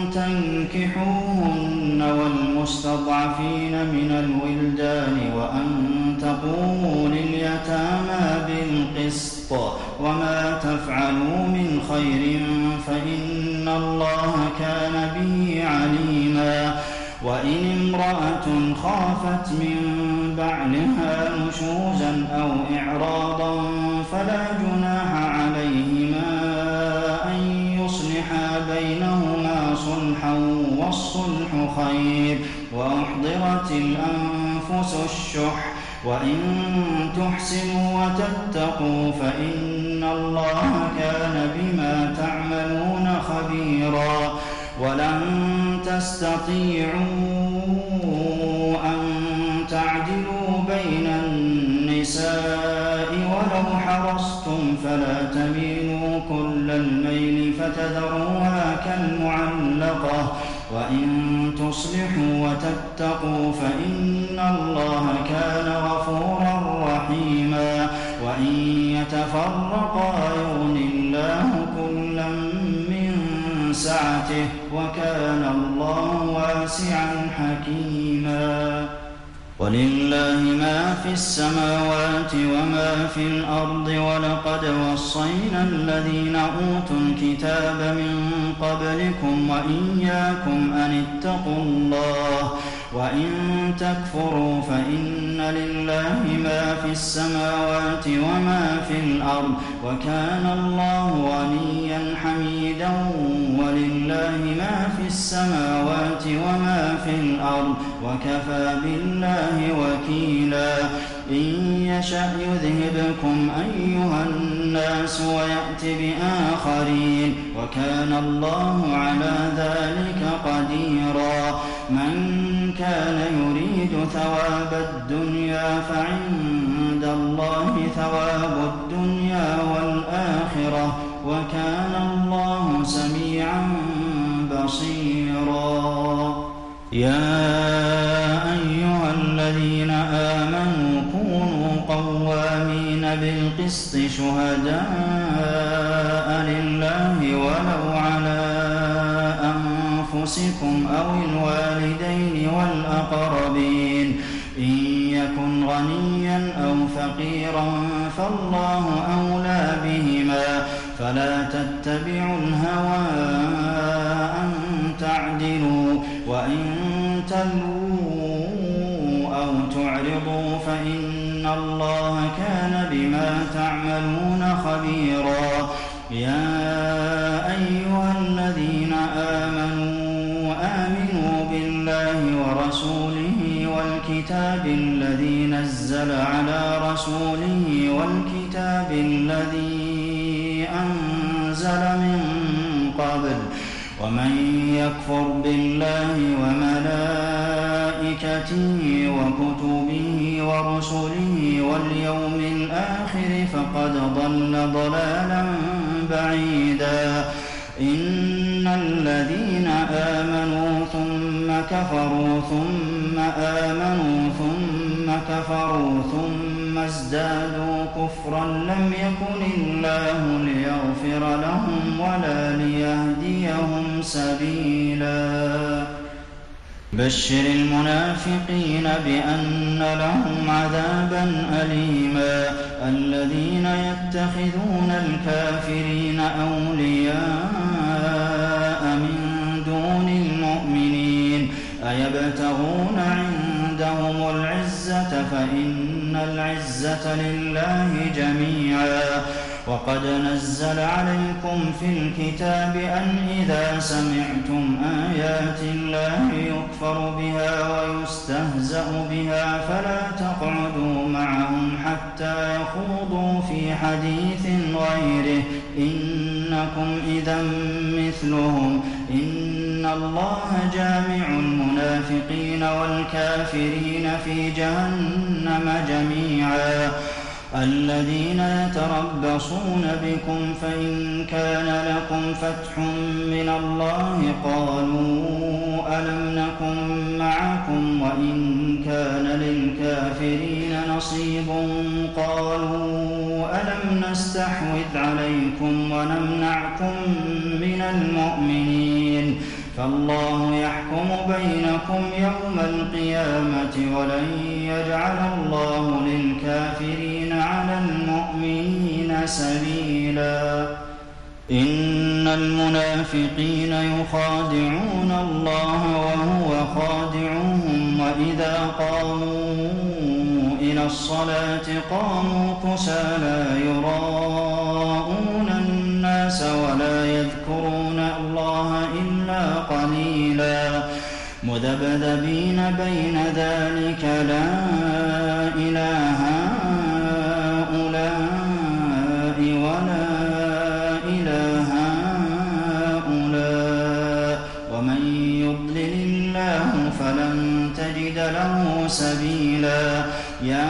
تنكحوهن والمستضعفين من الولدان وأن تقوموا لليتامى بالقسط وما تفعلوا من خير فإن الله كان به عليما وإن امرأة خافت من بعلها نشوزا أو إعراضا فلا جناح عليهما أن يصلحا بينهما صلحا والصلح خير وأحضرت الأنفس الشح وإن تحسنوا وتتقوا فإن الله كان بما تعملون خبيرا ولن تستطيعوا أن تعدلوا بين النساء ولو حرصتم فلا تميلوا كل الميل فتذروها كالمعلقة وإن تصلحوا وتتقوا فإن الله كان غفورا رحيما وإن يتفرقا يغن الله كلا من سعته وكان الله واسعا حكيما ولله ما في السماوات وما في الأرض ولقد وصينا الذين أوتوا الكتاب من قبلكم وإياكم أن اتقوا الله وإن تكفروا فإن لله ما في السماوات وما في الأرض وكان الله غنيا حميدا ولله ما في السماوات وما في الأرض وكفى بالله وكيلا إن يشأ يذهبكم أيها الناس ويأت بآخرين وكان الله على ذلك قديرا من كان يريد ثواب الدنيا فعند الله ثواب الدنيا والآخرة وكان الله سميعا بصيرا يا أيها الذين آمنوا كونوا قوامين بالقسط شهداء لله ولو على أنفسكم أو الوالدين والأقربين إن يكن غنيا أو فقيرا فالله أولى بهما فلا تتبعوا الهوى أن تعدلوا وإن تلووا أو تعرضوا فإن الله كان بما تعملون خبيرا يا أيها الذين آمنوا بالله ورسوله والكتاب الذي نزل على رسوله والكتاب الذي أنزل من قبل ومن يكفر بالله وملائكته وكتبه ورسله واليوم الآخر فقد ضل ضلالا بعيدا إن الذين آمنوا ثم كفروا ثم آمنوا ثم كفروا ثم ازدادوا كفرا لم يكن الله ليغفر لهم ولا ليهديهم سبيلا بشر المنافقين بأن لهم عذابا أليما الذين يتخذون الكافرين أولياء من دون المؤمنين أيبتغون عندهم العزة فإن العزة لله جميعا وقد نزل عليكم في الكتاب أن إذا سمعتم آيات الله يكفر بها ويستهزأ بها فلا تقعدوا معهم حتى يخوضوا في حديث غيره إنكم إذا مثلهم إن الله جامع المنافقين والكافرين في جهنم جميعا الذين يتربصون بكم فإن كان لكم فتح من الله قالوا ألم نكن معكم وإن كان للكافرين نصيب قالوا ألم نستحوذ عليكم ونمنعكم من المؤمنين فالله يحكم بينكم يوم القيامة ولن يجعل الله للكافرين على المؤمنين سبيلا إن المنافقين يخادعون الله وهو خادعهم وإذا قاموا إلى الصلاة قاموا كسالى يراءون الناس ولا يذكرون الله إلا قليلا مذبذبين بين ذلك لا إله هؤلاء ولا إله هؤلاء ومن يضلل الله فلن تجد له سبيلا يا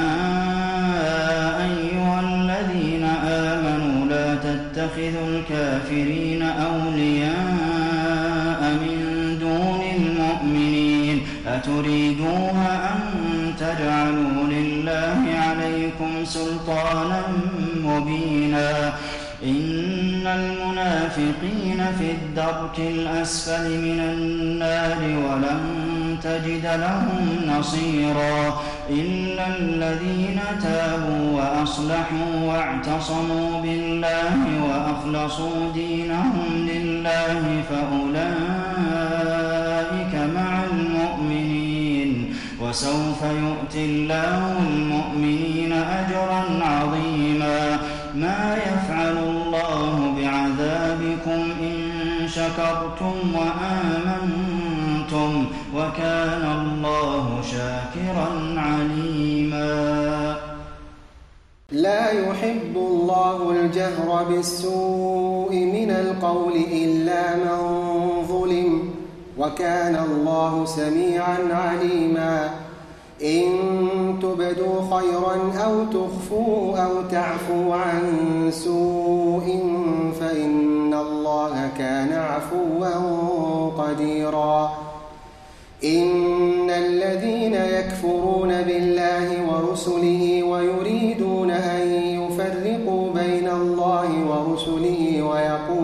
أيها الذين آمنوا لا تتخذوا الكافرين أولياء من دون المؤمنين أتريدون أن تجعلوا لله عليكم سلطانا مبينا إن المنافقين في الدرك الأسفل من النار ولن تجد لهم نصيرا إلا الذين تابوا وأصلحوا واعتصموا بالله وأخلصوا دينهم لله فأولئك مع المؤمنين وسوف يؤتي الله المؤمنين أجرا عظيما ما يفعل الله بعذابكم إن شكرتم وآمنتم وكان الله شاكرا عليما لا يحب الله الجهر بالسوء من القول إلا من ظلم وكان الله سميعا عليما إن تبدوا خيرا أو تخفوا أو تعفوا عن سوء فإن الله كان عفوا قديرا إن الذين يكفرون بالله ورسله ويريدون أن يفرقوا بين الله ورسله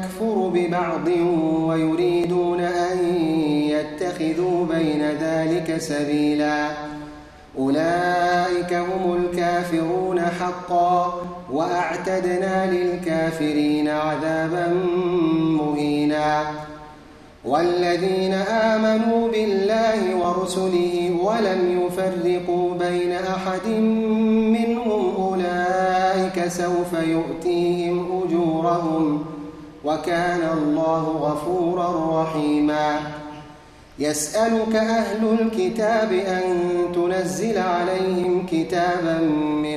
يكفر ببعض ويريدون أن يتخذوا بين ذلك سبيلا أولئك هم الكافرون حقا وأعتدنا للكافرين عذابا مهينا والذين آمنوا بالله ورسله ولم يفرقوا بين أحد منهم أولئك سوف يؤتيهم أجورهم وكان الله غفورا رحيما يسألك أهل الكتاب أن تنزل عليهم كتابا من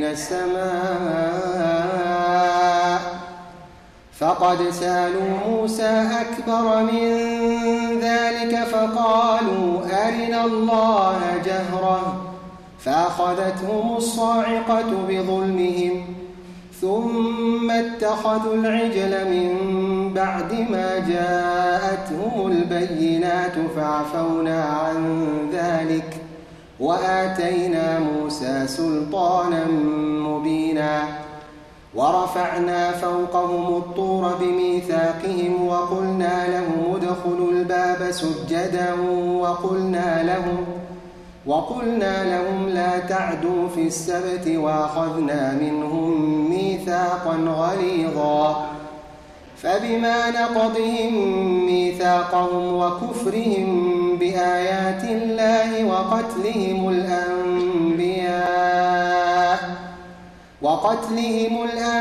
السماء فقد سألوا موسى أكبر من ذلك فقالوا أرنا الله جهرة فأخذتهم الصاعقة بظلمهم ثم اتخذوا العجل من بعد ما جاءتهم البينات فعفونا عن ذلك وآتينا موسى سلطانا مبينا ورفعنا فوقهم الطور بميثاقهم وقلنا لهم ادخلوا الباب سجدا وقلنا لهم لا تعدوا في السبت وأخذنا منهم ميثاقا غليظا فبما نقضهم ميثاقهم وكفرهم بآيات الله وقتلهم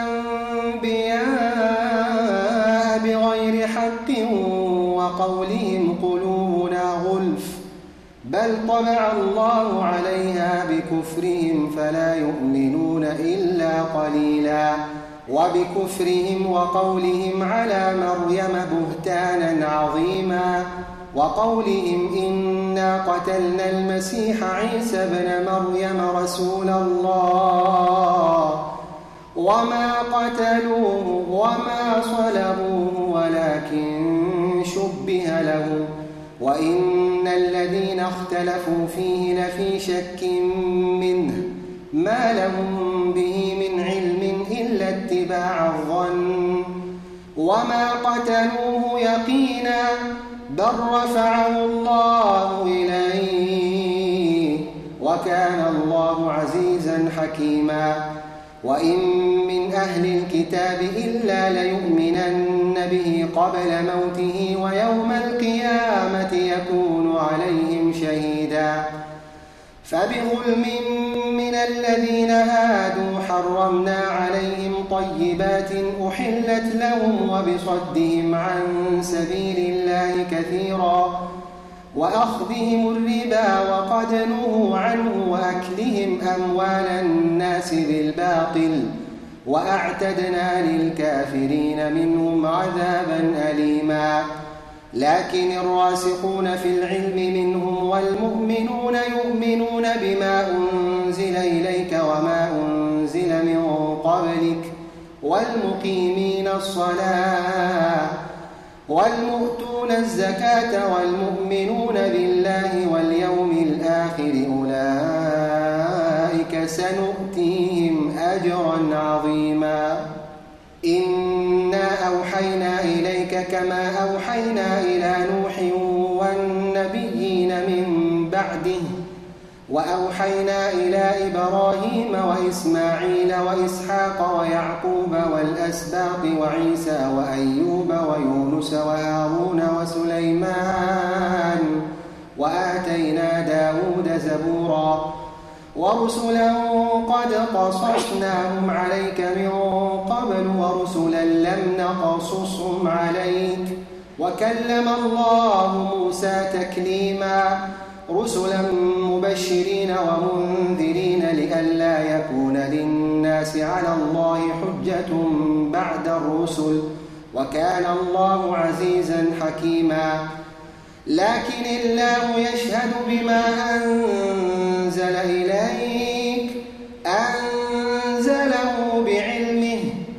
الأنبياء بغير حق وقولهم قلوبنا غلف بل طبع الله عليها بكفرهم فلا يؤمنون إلا قليلا وبكفرهم وقولهم على مريم بهتانا عظيما وقولهم إنا قتلنا المسيح عيسى ابن مريم رسول الله وما قتلوه وما صلبوه ولكن شبه له وإن الذين اختلفوا فيه لفي شك منه ما لهم به من علم إلا اتباع الظن وما قتلوه يقينا بل رفعه الله إليه وكان الله عزيزا حكيما وإن من أهل الكتاب إلا ليؤمنن به قبل موته ويوم القيامة يكون عليهم شهيدا فبظلم من الذين هادوا حرمنا عليهم طيبات أحلت لهم وبصدهم عن سبيل الله كثيرا وأخذهم الربا وقد نهوا عنه وأكلهم أموال الناس بالباطل وأعتدنا للكافرين منهم عذابا أليما لكن الراسخون في العلم منهم والمؤمنون يؤمنون بما أنزل إليك وما أنزل من قبلك والمقيمين الصلاة والمؤتون الزكاة والمؤمنون بالله واليوم الآخر أولئك سنؤتيهم أجرا عظيما إنا أوحينا إليك كما أوحينا إلى نوح والنبيين من بعده وأوحينا إلى إبراهيم وإسماعيل وإسحاق ويعقوب والأسباط وعيسى وأيوب ويونس وهارون وسليمان وآتينا داود زبورا ورسلا قد قصصناهم عليك من قبل ورسلا لم نقصصهم عليك وكلم الله موسى تكليما رسلا مبشرين ومنذرين لئلا يكون للناس على الله حجة بعد الرسل وكان الله عزيزا حكيما لكن الله يشهد بما أنزل إليك أنزله بعلمه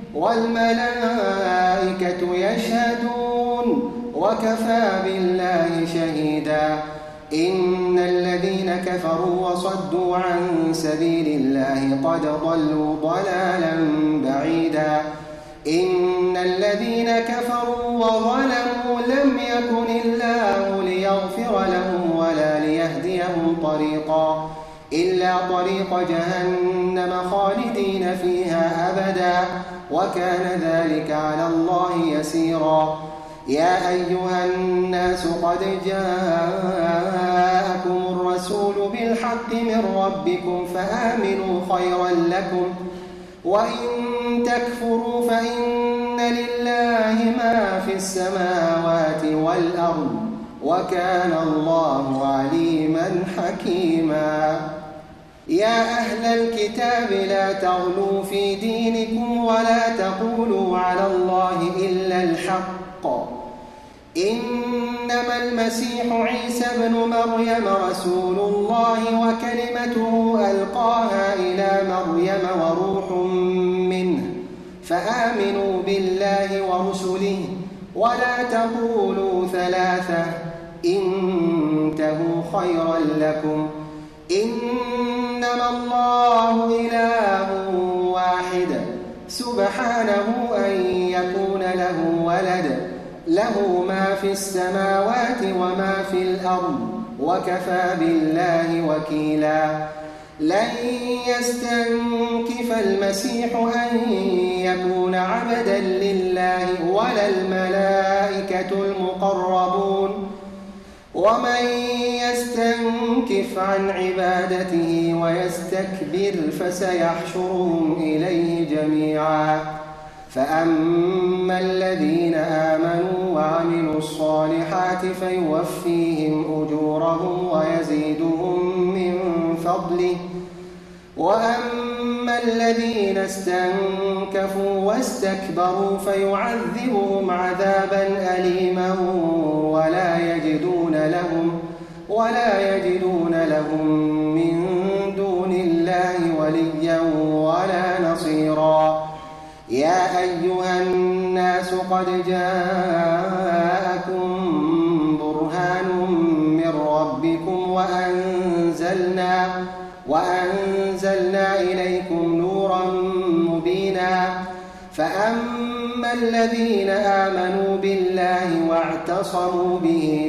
والملائكة يشهدون وكفى بالله شهيدا إن الذين كفروا وصدوا عن سبيل الله قد ضلوا ضلالا بعيدا إن الذين كفروا وظلموا لم يكن الله ليغفر لهم ولا ليهديهم طريقا إلا طريق جهنم خالدين فيها أبدا وكان ذلك على الله يسيرا. يا أيها الناس قد جاءكم الرسول بالحق من ربكم فآمنوا خيرا لكم وإن تكفروا فإن لله ما في السماوات والأرض وكان الله عليما حكيما. يا أهل الكتاب لا تغلوا في دينكم ولا تقولوا على الله إلا الحق إنما المسيح عيسى ابن مريم رسول الله وكلمته ألقاها إلى مريم وروح منه فآمنوا بالله ورسله ولا تقولوا ثلاثة انتهوا خيرا لكم إنما الله إله واحد سبحانه أن يكون له ولد له ما في السماوات وما في الأرض وكفى بالله وكيلا. لن يستنكف المسيح أن يكون عبدا لله ولا الملائكة المقربون ومن يستنكف عن عبادته ويستكبر فسيحشرهم إليه جميعا. فأما الذين آمنوا وعملوا الصالحات فيوفيهم أجورهم ويزيدهم من فضله وأما الذين استنكفوا واستكبروا فيعذبهم عذابا أليما ولا يجدون لهم من دون الله وليا ولا نصيرا. يا أيها الناس قد جاءكم برهان من ربكم وأنزلنا إليكم نورا مبينا. فأما الذين آمنوا بالله واعتصموا به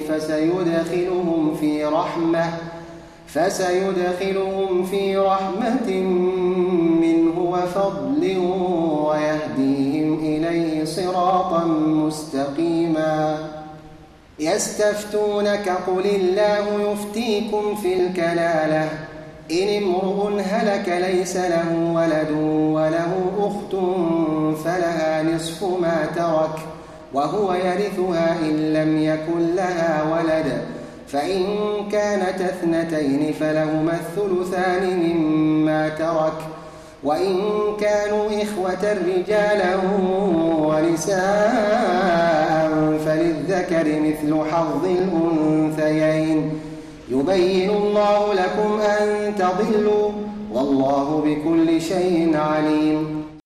فسيدخلهم في رحمة منه وفضل ويهديهم إليه صراطا مستقيما. يستفتونك قل الله يفتيكم في الكلالة إن امرؤ هلك ليس له ولد وله أخت فلها نصف ما ترك وهو يرثها إن لم يكن لها ولد فإن كانت اثنتين فلهما الثلثان مما ترك وإن كانوا إخوة رجالا ونساء فللذكر مثل حظ الأنثيين يبين الله لكم أن تضلوا والله بكل شيء عليم.